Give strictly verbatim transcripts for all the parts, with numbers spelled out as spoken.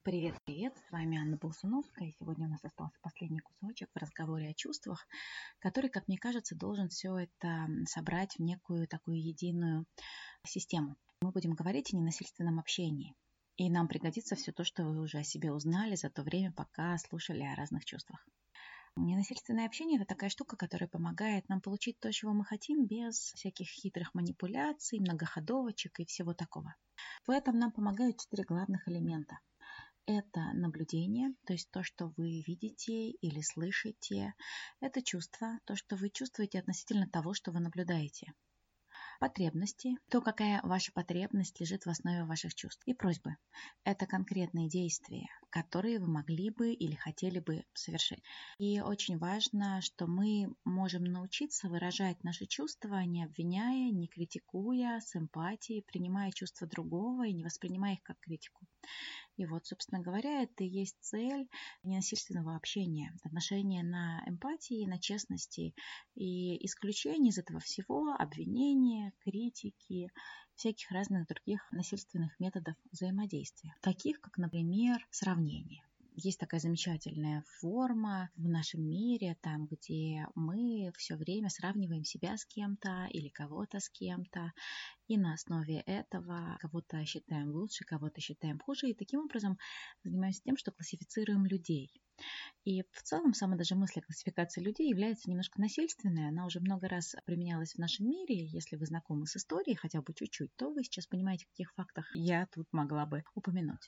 Привет, привет, с вами Анна Болсуновская. И сегодня у нас остался последний кусочек в разговоре о чувствах, который, как мне кажется, должен все это собрать в некую такую единую систему. Мы будем говорить о ненасильственном общении. И нам пригодится все то, что вы уже о себе узнали за то время, пока слушали о разных чувствах. Ненасильственное общение – это такая штука, которая помогает нам получить то, чего мы хотим, без всяких хитрых манипуляций, многоходовочек и всего такого. В этом нам помогают четыре главных элемента. Это наблюдение, то есть то, что вы видите или слышите. Это чувство, то, что вы чувствуете относительно того, что вы наблюдаете. Потребности, то, какая ваша потребность лежит в основе ваших чувств. И просьбы. Это конкретные действия, которые вы могли бы или хотели бы совершить. И очень важно, что мы можем научиться выражать наши чувства, не обвиняя, не критикуя, с эмпатией, принимая чувства другого и не воспринимая их как критику. И вот, собственно говоря, это и есть цель ненасильственного общения, отношения на эмпатии, на честности и исключение из этого всего обвинения, критики, всяких разных других насильственных методов взаимодействия, таких как, например, сравнение. Есть такая замечательная форма в нашем мире, там, где мы все время сравниваем себя с кем-то или кого-то с кем-то, и на основе этого кого-то считаем лучше, кого-то считаем хуже, и таким образом занимаемся тем, что классифицируем людей. И в целом сама даже мысль о классификации людей является немножко насильственной. Она уже много раз применялась в нашем мире. Если вы знакомы с историей хотя бы чуть-чуть, то вы сейчас понимаете, о каких фактах я тут могла бы упомянуть.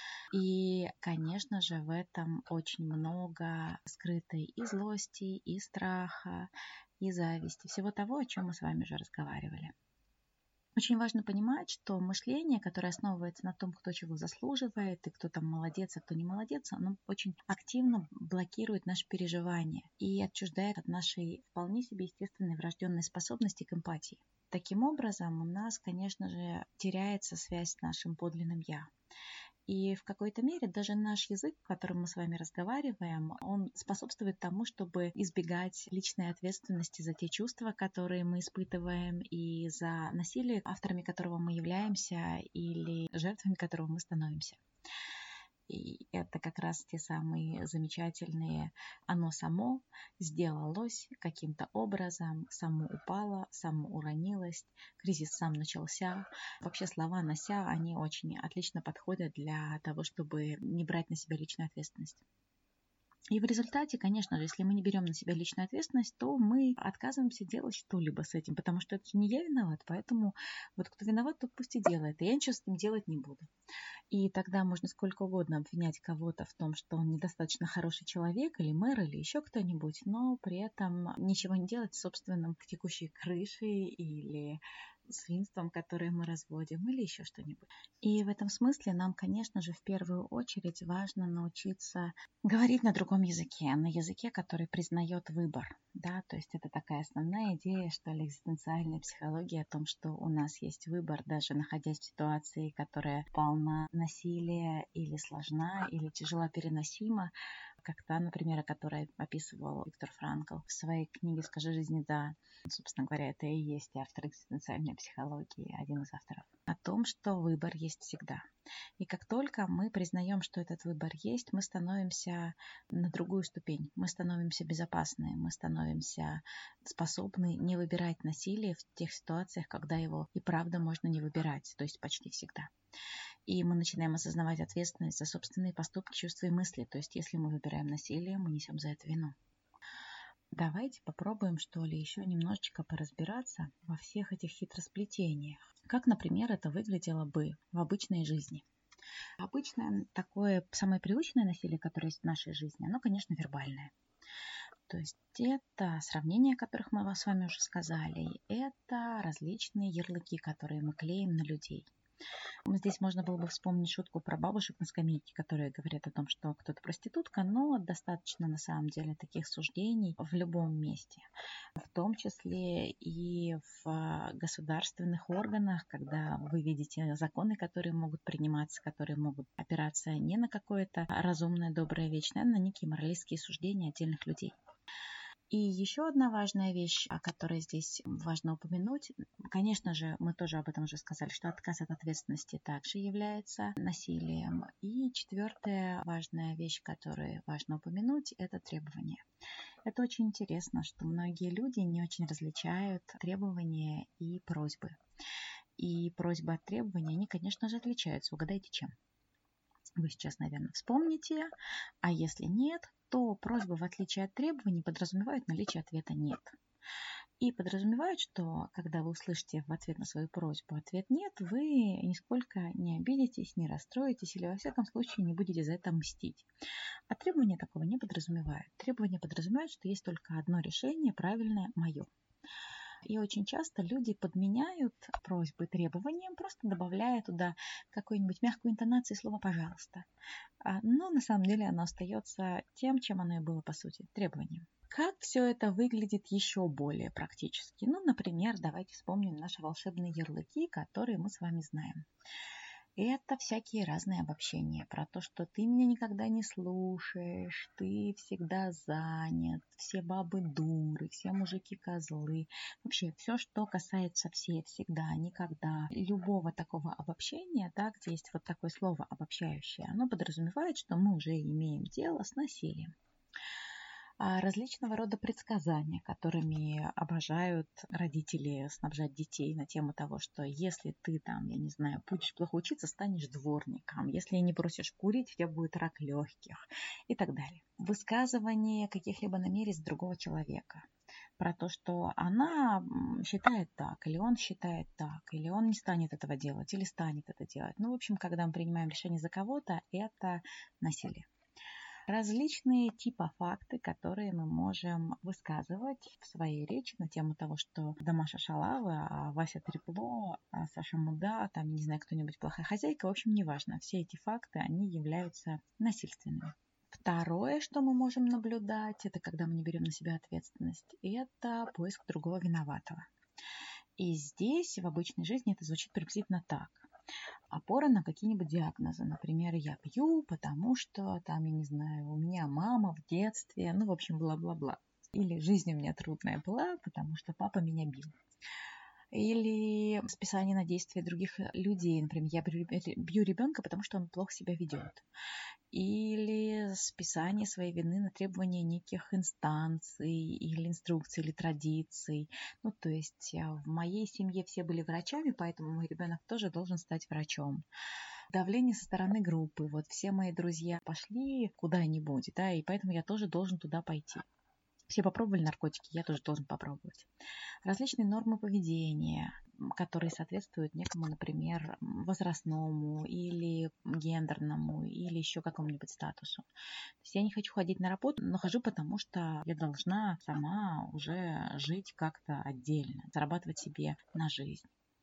И, конечно же, в этом очень много скрытой и злости, и страха, и зависти, всего того, о чем мы с вами уже разговаривали. Очень важно понимать, что мышление, которое основывается на том, кто чего заслуживает, и кто там молодец, а кто не молодец, оно очень активно блокирует наши переживания и отчуждает от нашей вполне себе естественной врожденной способности к эмпатии. Таким образом, у нас, конечно же, теряется связь с нашим подлинным «я». И в какой-то мере даже наш язык, которым мы с вами разговариваем, он способствует тому, чтобы избегать личной ответственности за те чувства, которые мы испытываем, и за насилие, авторами которого мы являемся, или жертвами которого мы становимся. И это как раз те самые замечательные «оно само сделалось каким-то образом, само упало, само уронилось, кризис сам начался». Вообще слова «нося», они очень отлично подходят для того, чтобы не брать на себя личную ответственность. И в результате, конечно же, если мы не берем на себя личную ответственность, то мы отказываемся делать что-либо с этим, потому что это не я виноват, поэтому вот кто виноват, тот пусть и делает, и я ничего с этим делать не буду. И тогда можно сколько угодно обвинять кого-то в том, что он недостаточно хороший человек, или мэр, или еще кто-нибудь, но при этом ничего не делать с собственным текущей крышей или свинством, которое мы разводим, или еще что-нибудь. И в этом смысле нам, конечно же, в первую очередь важно научиться говорить на другом языке, на языке, который признает выбор. Да? То есть это такая основная идея, что ли, экзистенциальной психологии о том, что у нас есть выбор, даже находясь в ситуации, которая полна насилия или сложна, или тяжело переносима, как та, например, о которой описывал Виктор Франкл в своей книге «Скажи жизни да». Собственно говоря, это и есть автор экзистенциальной психологии, один из авторов. О том, что выбор есть всегда. И как только мы признаем, что этот выбор есть, мы становимся на другую ступень. Мы становимся безопасны, мы становимся способны не выбирать насилие в тех ситуациях, когда его и правда можно не выбирать, то есть почти всегда. И мы начинаем осознавать ответственность за собственные поступки, чувства и мысли. То есть если мы выбираем насилие, мы несем за это вину. Давайте попробуем, что ли, еще немножечко поразбираться во всех этих хитросплетениях. Как, например, это выглядело бы в обычной жизни. Обычное такое самое привычное насилие, которое есть в нашей жизни, оно, конечно, вербальное. То есть это сравнения, о которых мы с вами уже сказали, это различные ярлыки, которые мы клеим на людей. Здесь можно было бы вспомнить шутку про бабушек на скамейке, которые говорят о том, что кто-то проститутка, но достаточно на самом деле таких суждений в любом месте, в том числе и в государственных органах, когда вы видите законы, которые могут приниматься, которые могут опираться не на какое-то разумное, доброе, вечное, а на некие моралистские суждения отдельных людей. И еще одна важная вещь, о которой здесь важно упомянуть, конечно же, мы тоже об этом уже сказали, что отказ от ответственности также является насилием. И четвертая важная вещь, которую важно упомянуть, это требования. Это очень интересно, что многие люди не очень различают требования и просьбы. И просьбы от требований, они, конечно же, отличаются. Угадайте, чем? Вы сейчас, наверное, вспомните, а если нет, то просьба, в отличие от требований, подразумевает наличие ответа «нет». И подразумевает, что когда вы услышите в ответ на свою просьбу ответ «нет», вы нисколько не обидитесь, не расстроитесь или, во всяком случае, не будете за это мстить. А требования такого не подразумевают. Требования подразумевают, что есть только одно решение, правильное, мое. И очень часто люди подменяют просьбы требованием, просто добавляя туда какую-нибудь мягкую интонацию слова «пожалуйста». Но на самом деле оно остается тем, чем оно и было по сути, требованием. Как все это выглядит еще более практически? Ну, например, давайте вспомним наши волшебные ярлыки, которые мы с вами знаем. Это всякие разные обобщения про то, что ты меня никогда не слушаешь, ты всегда занят, все бабы дуры, все мужики козлы. Вообще все, что касается все, всегда, никогда. Любого такого обобщения, да, где есть вот такое слово обобщающее, оно подразумевает, что мы уже имеем дело с насилием. Различного рода предсказания, которыми обожают родители снабжать детей на тему того, что если ты там, я не знаю, будешь плохо учиться, станешь дворником, если не бросишь курить, у тебя будет рак легких и так далее. Высказывание каких-либо намерений другого человека про то, что она считает так, или он считает так, или он не станет этого делать, или станет это делать. Ну, в общем, когда мы принимаем решение за кого-то, это насилие. Различные типа факты, которые мы можем высказывать в своей речи на тему того, что да Маша шалава, а Вася трепло, а Саша муда, там, не знаю, кто-нибудь плохая хозяйка. В общем, неважно. Все эти факты, они являются насильственными. Второе, что мы можем наблюдать, это когда мы не берем на себя ответственность, это поиск другого виноватого. И здесь в обычной жизни это звучит приблизительно так. Опора на какие-нибудь диагнозы. Например, я пью, потому что, там, я не знаю, у меня мама в детстве, ну, в общем, бла-бла-бла. Или жизнь у меня трудная была, потому что папа меня бил. Или списание на действия других людей. Например, я бью ребенка, потому что он плохо себя ведет. Или списание своей вины на требования неких инстанций или инструкций, или традиций. Ну, то есть в моей семье все были врачами, поэтому мой ребенок тоже должен стать врачом. Давление со стороны группы. Вот все мои друзья пошли куда-нибудь, да, и поэтому я тоже должен туда пойти. Все попробовали наркотики, я тоже должен попробовать. Различные нормы поведения, которые соответствуют некому, например, возрастному или гендерному, или еще какому-нибудь статусу. То есть я не хочу ходить на работу, но хожу, потому что я должна сама уже жить как-то отдельно, зарабатывать себе на жизнь.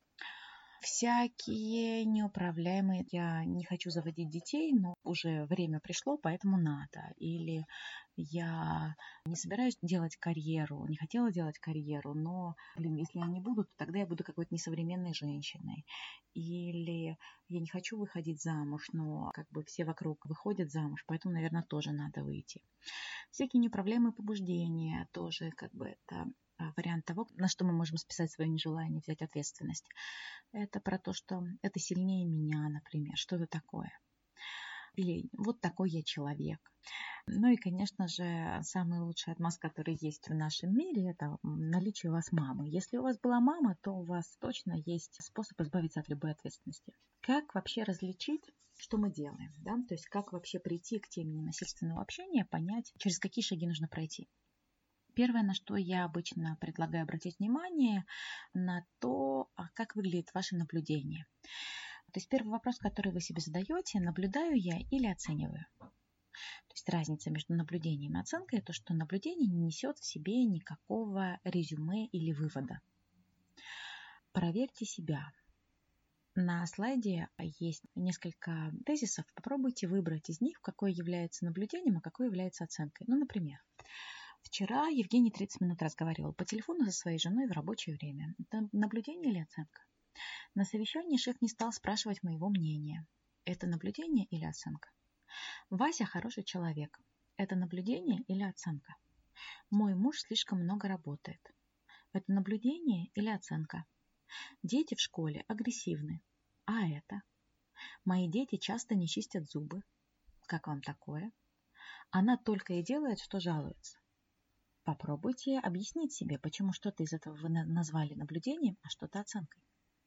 Всякие неуправляемые, я не хочу заводить детей, но уже время пришло, поэтому надо. Или я не собираюсь делать карьеру, не хотела делать карьеру, но, блин, если я не буду, то тогда я буду какой-то несовременной женщиной. Или я не хочу выходить замуж, но как бы все вокруг выходят замуж, поэтому, наверное, тоже надо выйти. Всякие неуправляемые побуждения тоже как бы это вариант того, на что мы можем списать свое нежелание взять ответственность. Это про то, что это сильнее меня, например, что-то такое. Или вот такой я человек. Ну и, конечно же, самый лучший отмаз, который есть в нашем мире, это наличие у вас мамы. Если у вас была мама, то у вас точно есть способ избавиться от любой ответственности. Как вообще различить, что мы делаем? Да? То есть как вообще прийти к теме ненасильственного общения, понять, через какие шаги нужно пройти. Первое, на что я обычно предлагаю обратить внимание, на то, как выглядит ваше наблюдение. То есть первый вопрос, который вы себе задаете, наблюдаю я или оцениваю. То есть разница между наблюдением и оценкой, то, что наблюдение не несет в себе никакого резюме или вывода. Проверьте себя. На слайде есть несколько тезисов. Попробуйте выбрать из них, какое является наблюдением, а какое является оценкой. Ну, например, вчера Евгений тридцать минут разговаривал по телефону со своей женой в рабочее время. Это наблюдение или оценка? На совещании шеф не стал спрашивать моего мнения. Это наблюдение или оценка? Вася хороший человек. Это наблюдение или оценка? Мой муж слишком много работает. Это наблюдение или оценка? Дети в школе агрессивны. А это? Мои дети часто не чистят зубы. Как вам такое? Она только и делает, что жалуется. Попробуйте объяснить себе, почему что-то из этого вы назвали наблюдением, а что-то оценкой.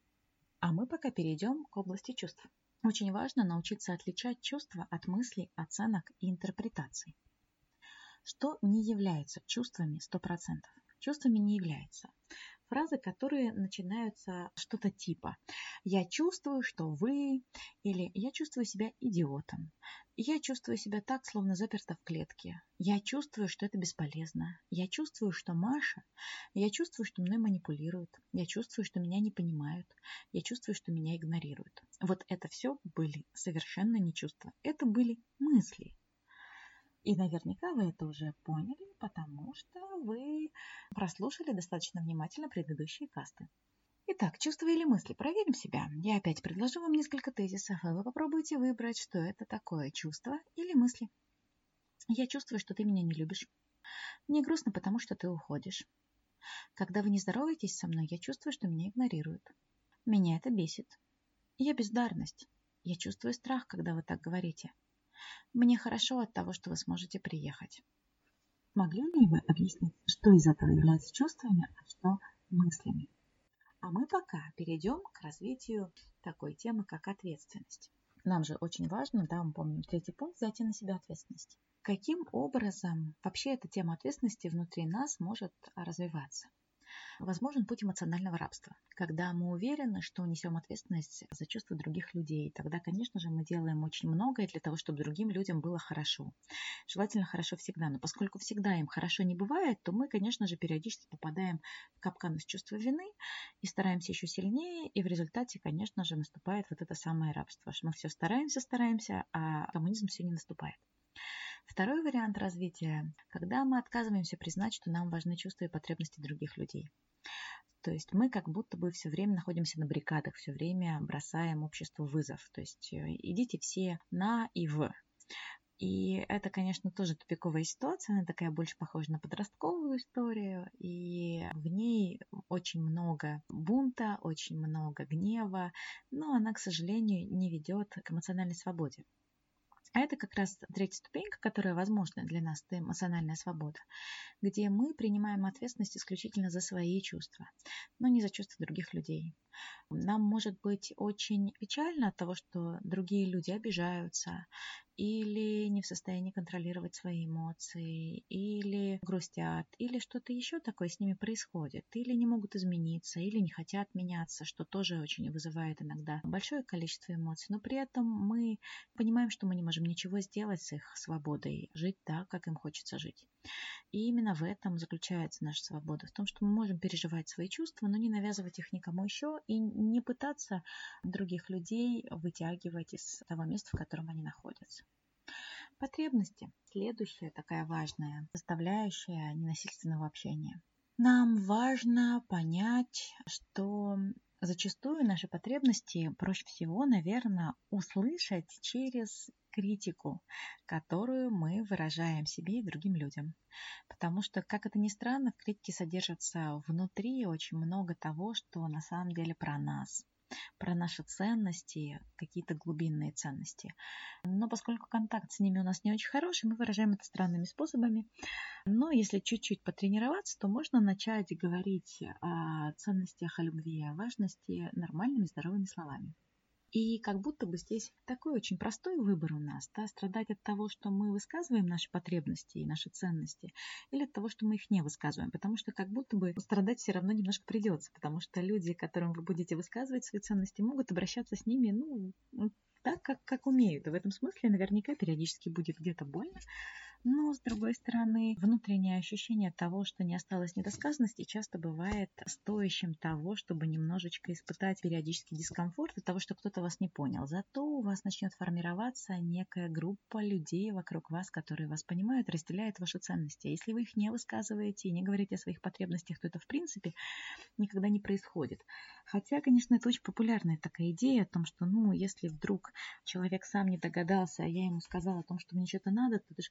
А мы пока перейдем к области чувств. Очень важно научиться отличать чувства от мыслей, оценок и интерпретаций. Что не является чувствами сто процентов? Чувствами не является фразы, которые начинаются что-то типа «я чувствую, что вы» или «я чувствую себя идиотом», «я чувствую себя так, словно заперта в клетке», «я чувствую, что это бесполезно», «я чувствую, что Маша», «я чувствую, что мной манипулируют», «я чувствую, что меня не понимают», «я чувствую, что меня игнорируют». Вот это все были совершенно не чувства, это были мысли. И наверняка вы это уже поняли, потому что вы прослушали достаточно внимательно предыдущие касты. Итак, чувства или мысли? Проверим себя. Я опять предложу вам несколько тезисов, и вы попробуйте выбрать, что это такое, чувство или мысли. Я чувствую, что ты меня не любишь. Мне грустно, потому что ты уходишь. Когда вы не здороваетесь со мной, я чувствую, что меня игнорируют. Меня это бесит. Я бездарность. Я чувствую страх, когда вы так говорите. Мне хорошо от того, что вы сможете приехать. Могли ли вы объяснить, что из этого является чувствами, а что мыслями? А мы пока перейдем к развитию такой темы, как ответственность. Нам же очень важно, да, мы помним третий пункт, взять на себя ответственность. Каким образом вообще эта тема ответственности внутри нас может развиваться? Возможен путь эмоционального рабства, когда мы уверены, что несем ответственность за чувства других людей. Тогда, конечно же, мы делаем очень многое для того, чтобы другим людям было хорошо. Желательно хорошо всегда, но поскольку всегда им хорошо не бывает, то мы, конечно же, периодически попадаем в капкан из чувства вины и стараемся еще сильнее, и в результате, конечно же, наступает вот это самое рабство, что мы все стараемся, стараемся, а коммунизм все не наступает. Второй вариант развития, когда мы отказываемся признать, что нам важны чувства и потребности других людей. То есть мы как будто бы все время находимся на баррикадах, все время бросаем обществу вызов. То есть идите все на и в. И это, конечно, тоже тупиковая ситуация, она такая больше похожа на подростковую историю, и в ней очень много бунта, очень много гнева, но она, к сожалению, не ведет к эмоциональной свободе. А это как раз третья ступенька, которая возможна для нас, это эмоциональная свобода, где мы принимаем ответственность исключительно за свои чувства, но не за чувства других людей. Нам может быть очень печально от того, что другие люди обижаются или не в состоянии контролировать свои эмоции, или грустят, или что-то еще такое с ними происходит, или не могут измениться, или не хотят меняться, что тоже очень вызывает иногда большое количество эмоций. Но при этом мы понимаем, что мы не можем ничего сделать с их свободой, жить так, как им хочется жить. И именно в этом заключается наша свобода, в том, что мы можем переживать свои чувства, но не навязывать их никому еще и не пытаться других людей вытягивать из того места, в котором они находятся. Потребности. Следующая такая важная составляющая ненасильственного общения. Нам важно понять, что зачастую наши потребности проще всего, наверное, услышать через критику, которую мы выражаем себе и другим людям. Потому что, как это ни странно, в критике содержится внутри очень много того, что на самом деле про нас, про наши ценности, какие-то глубинные ценности. Но поскольку контакт с ними у нас не очень хороший, мы выражаем это странными способами. Но если чуть-чуть потренироваться, то можно начать говорить о ценностях, о любви, о важности нормальными, здоровыми словами. И как будто бы здесь такой очень простой выбор у нас, да, страдать от того, что мы высказываем наши потребности и наши ценности, или от того, что мы их не высказываем, потому что как будто бы страдать все равно немножко придется, потому что люди, которым вы будете высказывать свои ценности, могут обращаться с ними, ну, так, как, как умеют. И в этом смысле наверняка периодически будет где-то больно, но, с другой стороны, внутреннее ощущение того, что не осталось недосказанности, часто бывает стоящим того, чтобы немножечко испытать периодический дискомфорт от того, что кто-то вас не понял. Зато у вас начнет формироваться некая группа людей вокруг вас, которые вас понимают, разделяют ваши ценности. Если вы их не высказываете и не говорите о своих потребностях, то это, в принципе, никогда не происходит. Хотя, конечно, это очень популярная такая идея о том, что, ну, если вдруг человек сам не догадался, а я ему сказала о том, что мне что-то надо, то это же как бы не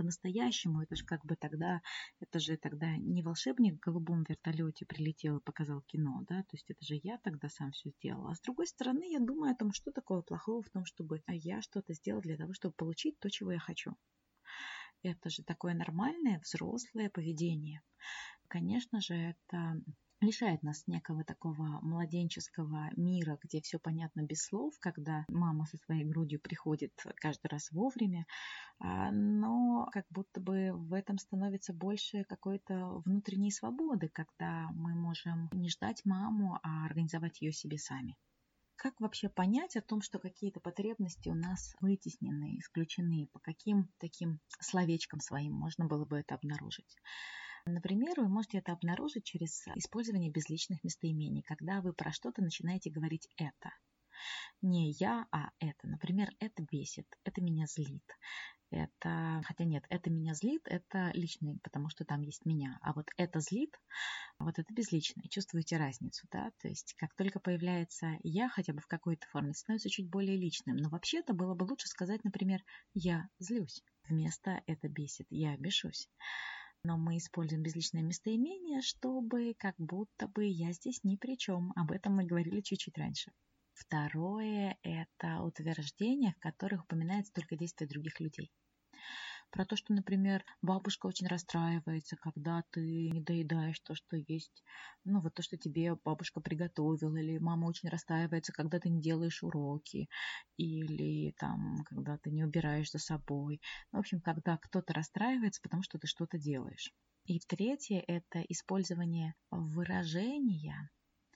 по-настоящему, это же как бы тогда, это же тогда не волшебник в голубом вертолете прилетел и показал кино, да, то есть это же я тогда сам все сделала. А с другой стороны, я думаю о том, что такого плохого в том, чтобы я что-то сделала для того, чтобы получить то, чего я хочу. Это же такое нормальное взрослое поведение. Конечно же, это лишает нас некого такого младенческого мира, где все понятно без слов, когда мама со своей грудью приходит каждый раз вовремя, а, но как будто бы в этом становится больше какой-то внутренней свободы, когда мы можем не ждать маму, а организовать ее себе сами. Как вообще понять о том, что какие-то потребности у нас вытеснены, исключены? По каким таким словечкам своим можно было бы это обнаружить? Например, вы можете это обнаружить через использование безличных местоимений, когда вы про что-то начинаете говорить «это». Не я, а это. Например, это бесит, это меня злит. Это, хотя нет, это меня злит, это личный, потому что там есть меня. А вот это злит, вот это безличное. Чувствуете разницу, да? То есть, как только появляется я, хотя бы в какой-то форме, становится чуть более личным. Но вообще-то было бы лучше сказать, например, я злюсь. Вместо это бесит, я бешусь. Но мы используем безличное местоимение, чтобы как будто бы я здесь ни при чем. Об этом мы говорили чуть-чуть раньше. Второе – это утверждения, в которых упоминается только действие других людей. Про то, что, например, бабушка очень расстраивается, когда ты не доедаешь то, что есть, ну вот то, что тебе бабушка приготовила, или мама очень расстраивается, когда ты не делаешь уроки, или там, когда ты не убираешь за собой. В общем, когда кто-то расстраивается, потому что ты что-то делаешь. И третье – это использование выражения,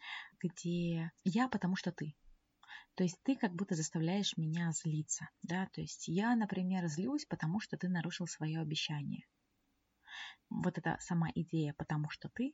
где я, потому что ты. То есть ты как будто заставляешь меня злиться, да, то есть я, например, злюсь, потому что ты нарушил свое обещание. Вот эта сама идея «потому что ты»,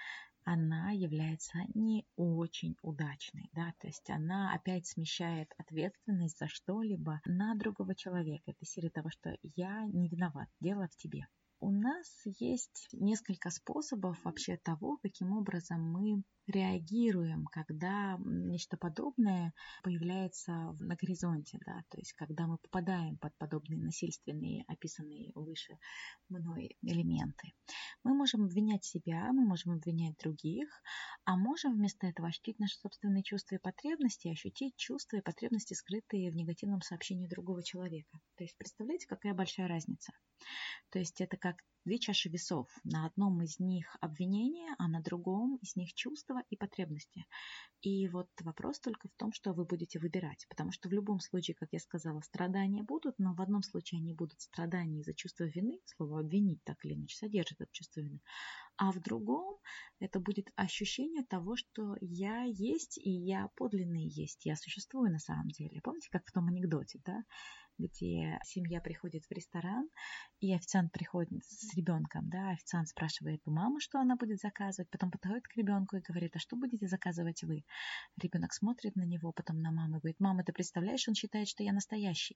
она является не очень удачной, да, то есть она опять смещает ответственность за что-либо на другого человека. Это серия того, что я не виноват, дело в тебе. У нас есть несколько способов вообще того, каким образом мы реагируем, когда нечто подобное появляется на горизонте, да, то есть когда мы попадаем под подобные насильственные, описанные выше мной элементы. Мы можем обвинять себя, мы можем обвинять других, а можем вместо этого ощутить наши собственные чувства и потребности, ощутить чувства и потребности, скрытые в негативном сообщении другого человека. То есть представляете, какая большая разница? То есть это как две чаши весов. На одном из них обвинение, а на другом из них чувства и потребности. И вот вопрос только в том, что вы будете выбирать. Потому что в любом случае, как я сказала, страдания будут, но в одном случае они будут страдания из-за чувства вины, слово обвинить так или иначе содержит это чувство вины, а в другом это будет ощущение того, что я есть, и я подлинный есть, я существую на самом деле. Помните, как в том анекдоте, да? Где семья приходит в ресторан, и официант приходит с ребенком, да, официант спрашивает у мамы, что она будет заказывать, потом подходит к ребенку и говорит, а что будете заказывать вы? Ребенок смотрит на него, потом на маму и говорит, мама, ты представляешь, он считает, что я настоящий.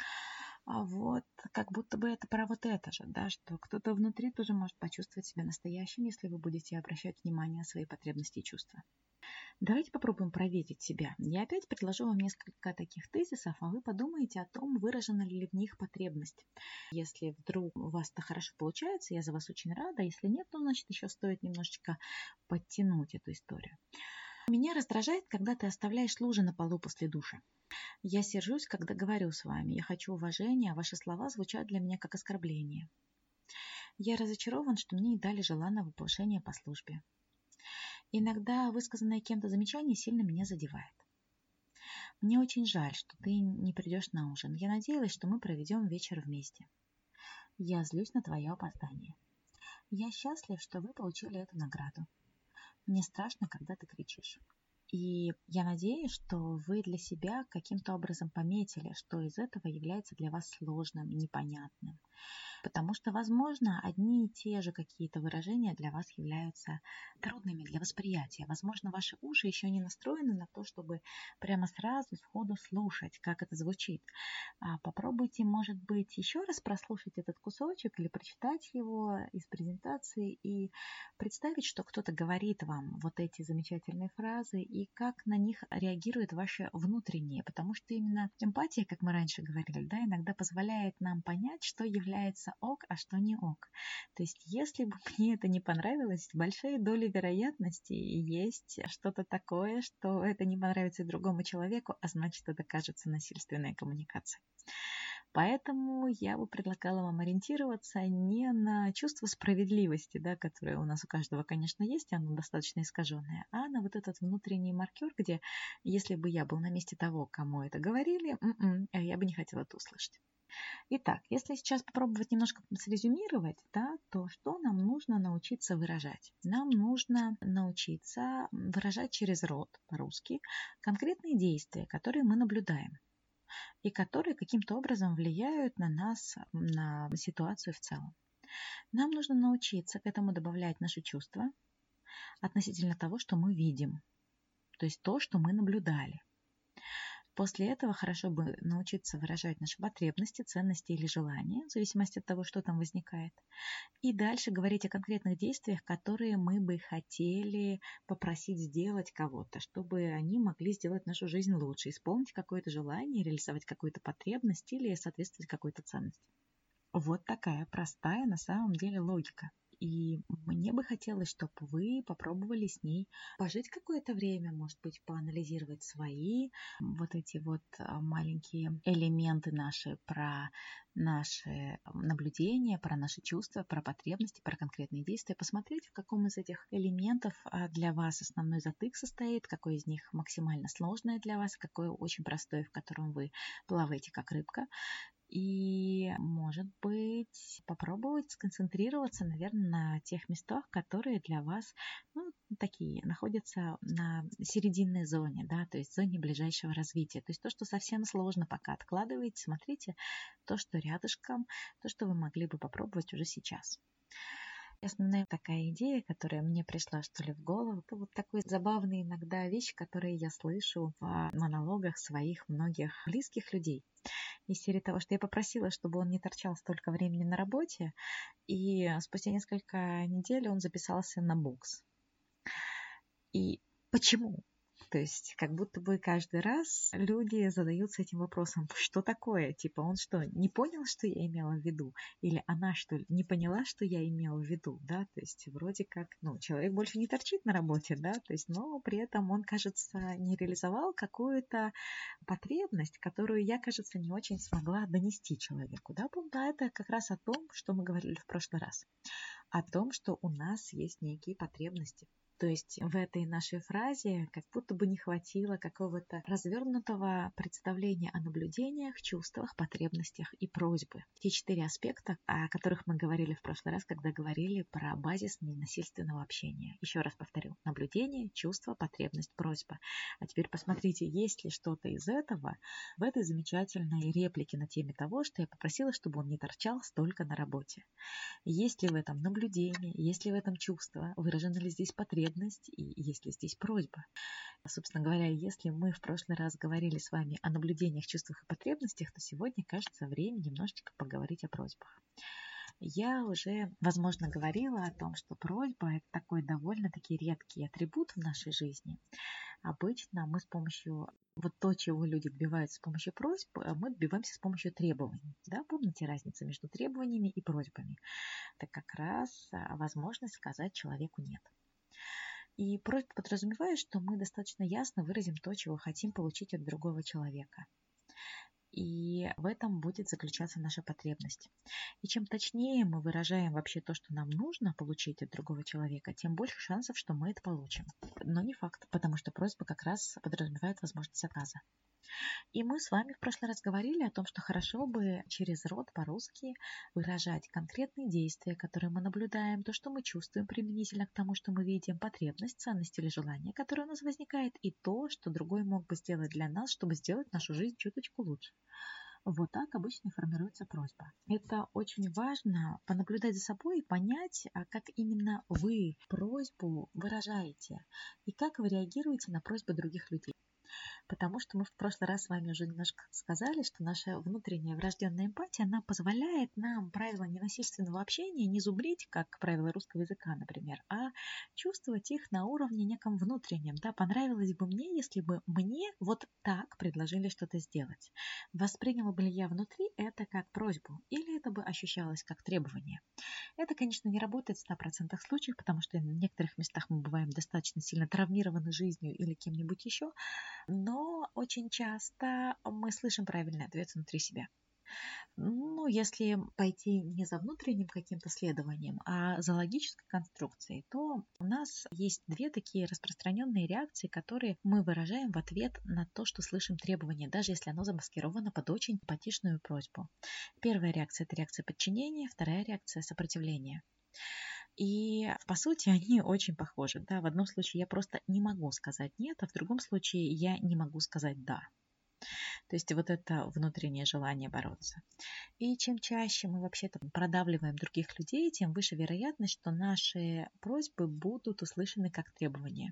А вот как будто бы это про вот это же, да, что кто-то внутри тоже может почувствовать себя настоящим, если вы будете обращать внимание на свои потребности и чувства. Давайте попробуем проверить себя. Я опять предложу вам несколько таких тезисов, а вы подумаете о том, выражена ли в них потребность. Если вдруг у вас это хорошо получается, я за вас очень рада. Если нет, то, значит, еще стоит немножечко подтянуть эту историю. Меня раздражает, когда ты оставляешь лужи на полу после душа. Я сержусь, когда говорю с вами. Я хочу уважения, а ваши слова звучат для меня как оскорбление. Я разочарован, что мне не дали желанного повышения по службе. Иногда высказанное кем-то замечание сильно меня задевает. Мне очень жаль, что ты не придешь на ужин. Я надеялась, что мы проведем вечер вместе. Я злюсь на твое опоздание. Я счастлив, что вы получили эту награду. Мне страшно, когда ты кричишь. И я надеюсь, что вы для себя каким-то образом пометили, что из этого является для вас сложным, непонятным. Потому что, возможно, одни и те же какие-то выражения для вас являются трудными для восприятия. Возможно, ваши уши еще не настроены на то, чтобы прямо сразу, сходу слушать, как это звучит. А попробуйте, может быть, еще раз прослушать этот кусочек или прочитать его из презентации и представить, что кто-то говорит вам вот эти замечательные фразы и как на них реагирует ваше внутреннее. Потому что именно эмпатия, как мы раньше говорили, да, иногда позволяет нам понять, что является ок, а что не ок. То есть если бы мне это не понравилось, большая доля вероятности есть что-то такое, что это не понравится другому человеку, а значит, это кажется насильственной коммуникацией. Поэтому я бы предлагала вам ориентироваться не на чувство справедливости, да, которое у нас у каждого, конечно, есть, оно достаточно искаженное, а на вот этот внутренний маркер, где если бы я был на месте того, кому это говорили, м-м, я бы не хотела это услышать. Итак, если сейчас попробовать немножко срезюмировать, да, то что нам нужно научиться выражать? Нам нужно научиться выражать через рот по-русски конкретные действия, которые мы наблюдаем и которые каким-то образом влияют на нас, на ситуацию в целом. Нам нужно научиться к этому добавлять наши чувства относительно того, что мы видим, то есть то, что мы наблюдали. После этого хорошо бы научиться выражать наши потребности, ценности или желания, в зависимости от того, что там возникает. И дальше говорить о конкретных действиях, которые мы бы хотели попросить сделать кого-то, чтобы они могли сделать нашу жизнь лучше, исполнить какое-то желание, реализовать какую-то потребность или соответствовать какой-то ценности. Вот такая простая на самом деле логика. И мне бы хотелось, чтобы вы попробовали с ней пожить какое-то время, может быть, поанализировать свои вот эти вот маленькие элементы наши про наши наблюдения, про наши чувства, про потребности, про конкретные действия, посмотреть, в каком из этих элементов для вас основной затык состоит, какой из них максимально сложное для вас, какой очень простой, в котором вы плаваете как рыбка. И, может быть, попробовать сконцентрироваться, наверное, на тех местах, которые для вас, ну, такие, находятся на серединной зоне, да, то есть зоне ближайшего развития. То есть то, что совсем сложно пока откладываете, смотрите то, что рядышком, то, что вы могли бы попробовать уже сейчас. Основная такая идея, которая мне пришла, что ли, в голову, это вот такой забавный иногда вещь, которые я слышу в монологах своих многих близких людей. Из серии того, что я попросила, чтобы он не торчал столько времени на работе, и спустя несколько недель он записался на бокс. И почему? То есть как будто бы каждый раз люди задаются этим вопросом, что такое? Типа он что, не понял, что я имела в виду? Или она что ли не поняла, что я имела в виду? Да, то есть вроде как, ну, человек больше не торчит на работе, да, то есть, но при этом он, кажется, не реализовал какую-то потребность, которую я, кажется, не очень смогла донести человеку, да, да, это как раз о том, что мы говорили в прошлый раз, о том, что у нас есть некие потребности. То есть в этой нашей фразе как будто бы не хватило какого-то развернутого представления о наблюдениях, чувствах, потребностях и просьбы. Те четыре аспекта, о которых мы говорили в прошлый раз, когда говорили про базис ненасильственного общения. Еще раз повторю. Наблюдение, чувство, потребность, просьба. А теперь посмотрите, есть ли что-то из этого в этой замечательной реплике на теме того, что я попросила, чтобы он не торчал столько на работе. Есть ли в этом наблюдение, есть ли в этом чувство, выражена ли здесь потребность и есть ли здесь просьба. Собственно говоря, если мы в прошлый раз говорили с вами о наблюдениях, чувствах и потребностях, то сегодня, кажется, время немножечко поговорить о просьбах. Я уже, возможно, говорила о том, что просьба – это такой довольно-таки редкий атрибут в нашей жизни. Обычно мы с помощью, вот то, чего люди добиваются с помощью просьб, мы добиваемся с помощью требований. Да? Помните разницу между требованиями и просьбами? Это как раз возможность сказать человеку «нет». И просьба подразумевает, что мы достаточно ясно выразим то, чего хотим получить от другого человека. И в этом будет заключаться наша потребность. И чем точнее мы выражаем вообще то, что нам нужно получить от другого человека, тем больше шансов, что мы это получим. Но не факт, потому что просьба как раз подразумевает возможность отказа. И мы с вами в прошлый раз говорили о том, что хорошо бы через рот по-русски выражать конкретные действия, которые мы наблюдаем, то, что мы чувствуем применительно к тому, что мы видим, потребность, ценность или желание, которое у нас возникает, и то, что другой мог бы сделать для нас, чтобы сделать нашу жизнь чуточку лучше. Вот так обычно формируется просьба. Это очень важно понаблюдать за собой и понять, как именно вы просьбу выражаете и как вы реагируете на просьбы других людей. Потому что мы в прошлый раз с вами уже немножко сказали, что наша внутренняя врожденная эмпатия, она позволяет нам правила ненасильственного общения не зубрить, как правила русского языка, например, а чувствовать их на уровне неком внутреннем. Да, понравилось бы мне, если бы мне вот так предложили что-то сделать. Восприняла бы ли я внутри это как просьбу, или это бы ощущалось как требование? Это, конечно, не работает в ста процентах случаев, потому что в некоторых местах мы бываем достаточно сильно травмированы жизнью или кем-нибудь еще, но очень часто мы слышим правильный ответ внутри себя. Ну, если пойти не за внутренним каким-то следованием, а за логической конструкцией, то у нас есть две такие распространенные реакции, которые мы выражаем в ответ на то, что слышим требование, даже если оно замаскировано под очень потешную просьбу. Первая реакция – это реакция подчинения, вторая реакция – сопротивления. И, по сути, они очень похожи. Да? В одном случае я просто не могу сказать «нет», а в другом случае я не могу сказать «да». То есть вот это внутреннее желание бороться. И чем чаще мы вообще-то продавливаем других людей, тем выше вероятность, что наши просьбы будут услышаны как требования.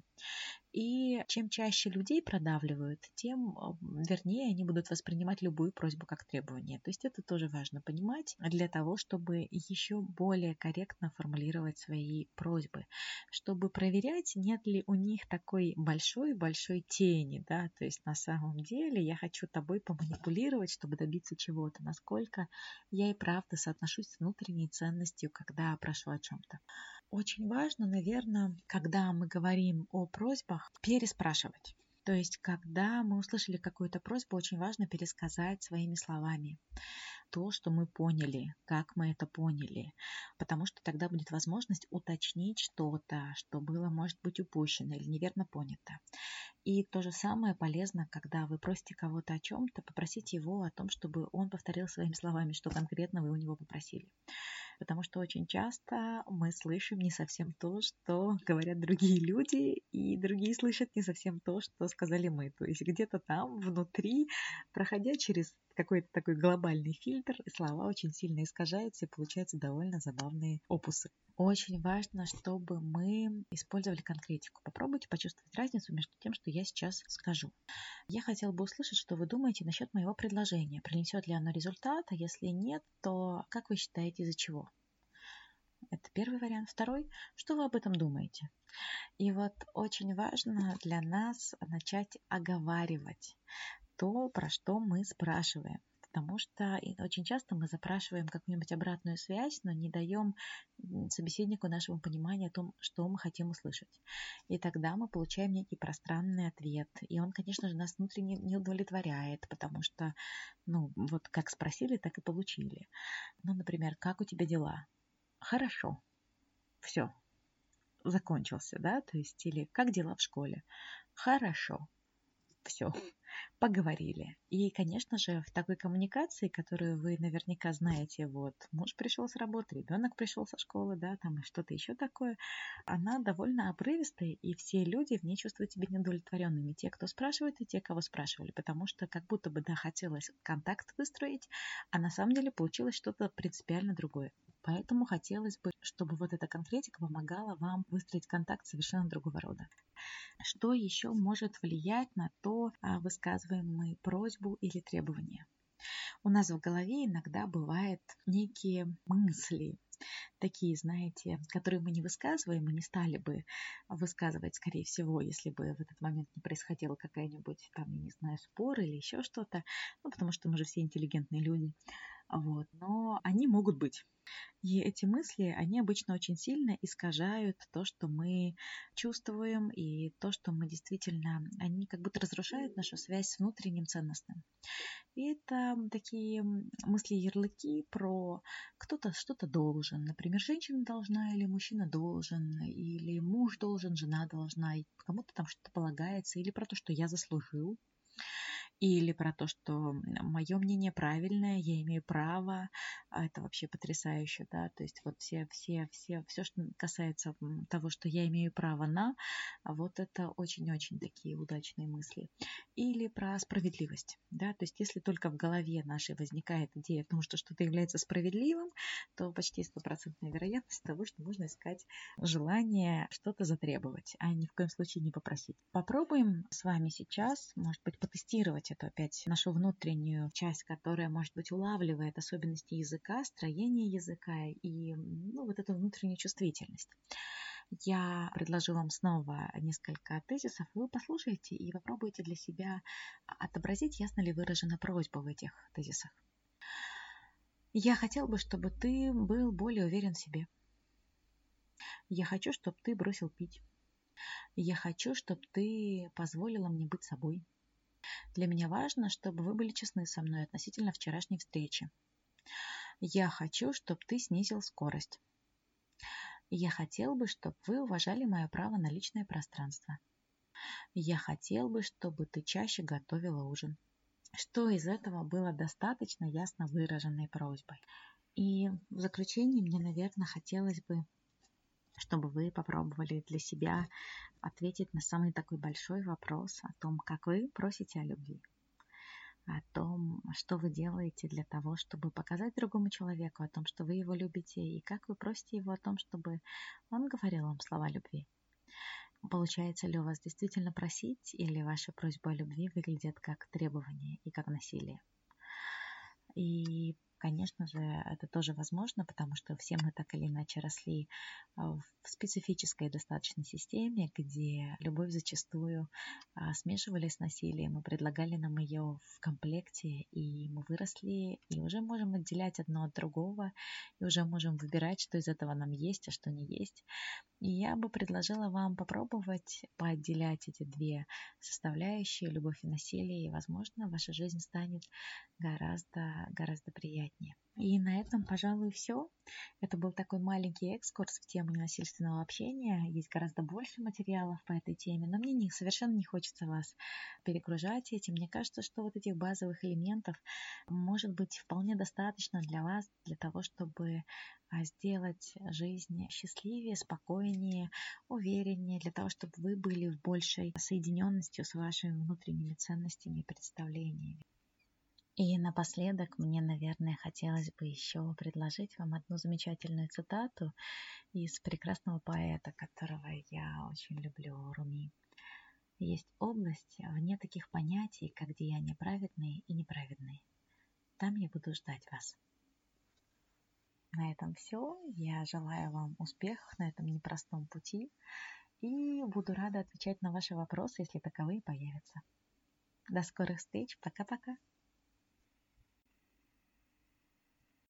И чем чаще людей продавливают, тем вернее они будут воспринимать любую просьбу как требование. То есть это тоже важно понимать для того, чтобы еще более корректно формулировать свои просьбы, чтобы проверять, нет ли у них такой большой-большой тени, да, то есть на самом деле я хочу тобой поманипулировать, чтобы добиться чего-то, насколько я и правда соотношусь с внутренней ценностью, когда прошу о чем-то. Очень важно, наверное, когда мы говорим о просьбах, переспрашивать. То есть, когда мы услышали какую-то просьбу, очень важно пересказать своими словами то, что мы поняли, как мы это поняли, потому что тогда будет возможность уточнить что-то, что было, может быть, упущено или неверно понято. И то же самое полезно, когда вы просите кого-то о чем-то, попросите его о том, чтобы он повторил своими словами, что конкретно вы у него попросили. Потому что очень часто мы слышим не совсем то, что говорят другие люди, и другие слышат не совсем то, что сказали мы. То есть где-то там внутри, проходя через какой-то такой глобальный фильтр, слова очень сильно искажаются и получаются довольно забавные опусы. Очень важно, чтобы мы использовали конкретику. Попробуйте почувствовать разницу между тем, что я сейчас скажу. Я хотела бы услышать, что вы думаете насчет моего предложения. Принесет ли оно результат, а если нет, то как вы считаете, из-за чего? Это первый вариант. Второй, что вы об этом думаете? И вот очень важно для нас начать оговаривать то, про что мы спрашиваем. Потому что очень часто мы запрашиваем какую-нибудь обратную связь, но не даем собеседнику нашему понимания о том, что мы хотим услышать. И тогда мы получаем некий пространный ответ. И он, конечно же, нас внутренне не удовлетворяет, потому что, ну, вот как спросили, так и получили. Ну, например, как у тебя дела? Хорошо. Все. Закончился, да? То есть, или как дела в школе? Хорошо. Все. Поговорили. И, конечно же, в такой коммуникации, которую вы наверняка знаете, вот, муж пришел с работы, ребенок пришел со школы, да, там и что-то еще такое, она довольно обрывистая, и все люди в ней чувствуют себя неудовлетворенными. Те, кто спрашивает, и те, кого спрашивали, потому что как будто бы, да, хотелось контакт выстроить, а на самом деле получилось что-то принципиально другое. Поэтому хотелось бы, чтобы вот эта конкретика помогала вам выстроить контакт совершенно другого рода. Что еще может влиять на то, высказываем мы просьбу или требование? У нас в голове иногда бывают некие мысли, такие, знаете, которые мы не высказываем и не стали бы высказывать, скорее всего, если бы в этот момент не происходила какая-нибудь, там, я не знаю, спор или еще что-то, ну, потому что мы же все интеллигентные люди, вот, но они могут быть. И эти мысли, они обычно очень сильно искажают то, что мы чувствуем, и то, что мы действительно, они как будто разрушают нашу связь с внутренним ценностным. И это такие мысли-ярлыки про кто-то что-то должен. Например, женщина должна, или мужчина должен, или муж должен, жена должна, и кому-то там что-то полагается, или про то, что я заслужил. или про то, что мое мнение правильное, я имею право, а это вообще потрясающе, да, то есть вот все, все, все, все, что касается того, что я имею право на, а вот это очень-очень такие удачные мысли. Или про справедливость, да, то есть если только в голове нашей возникает идея того, что что-то является справедливым, то почти стопроцентная вероятность того, что можно искать желание что-то затребовать, а ни в коем случае не попросить. Попробуем с вами сейчас, может быть, потестировать эту опять нашу внутреннюю часть, которая, может быть, улавливает особенности языка, строение языка и ну, вот эту внутреннюю чувствительность. Я предложу вам снова несколько тезисов, вы послушаете и попробуйте для себя отобразить, ясно ли выражена просьба в этих тезисах. Я хотел бы, чтобы ты был более уверен в себе. Я хочу, чтобы ты бросил пить. Я хочу, чтобы ты позволила мне быть собой. Для меня важно, чтобы вы были честны со мной относительно вчерашней встречи. Я хочу, чтобы ты снизил скорость. Я хотел бы, чтобы вы уважали мое право на личное пространство. Я хотел бы, чтобы ты чаще готовила ужин. Что из этого было достаточно ясно выраженной просьбой? И в заключение мне, наверное, хотелось бы, чтобы вы попробовали для себя ответить на самый такой большой вопрос о том, как вы просите о любви, о том, что вы делаете для того, чтобы показать другому человеку о том, что вы его любите, и как вы просите его о том, чтобы он говорил вам слова любви. Получается ли у вас действительно просить, или ваша просьба о любви выглядит как требование и как насилие? И, конечно же, это тоже возможно, потому что все мы так или иначе росли в специфической достаточно системе, где любовь зачастую смешивали с насилием и предлагали нам ее в комплекте, и мы выросли, и уже можем отделять одно от другого, и уже можем выбирать, что из этого нам есть, а что не есть. И я бы предложила вам попробовать поотделять эти две составляющие, любовь и насилие, и, возможно, ваша жизнь станет гораздо, гораздо приятнее. И на этом, пожалуй, все. Это был такой маленький экскурс в тему ненасильственного общения. Есть гораздо больше материалов по этой теме, но мне не, совершенно не хочется вас перегружать этим. Мне кажется, что вот этих базовых элементов может быть вполне достаточно для вас, для того, чтобы сделать жизнь счастливее, спокойнее, увереннее, для того, чтобы вы были в большей соединенности с вашими внутренними ценностями и представлениями. И напоследок мне, наверное, хотелось бы еще предложить вам одну замечательную цитату из прекрасного поэта, которого я очень люблю, Руми. Есть область вне таких понятий, как деяния праведные и неправедные. Там я буду ждать вас. На этом все. Я желаю вам успехов на этом непростом пути и буду рада отвечать на ваши вопросы, если таковые появятся. До скорых встреч. Пока-пока.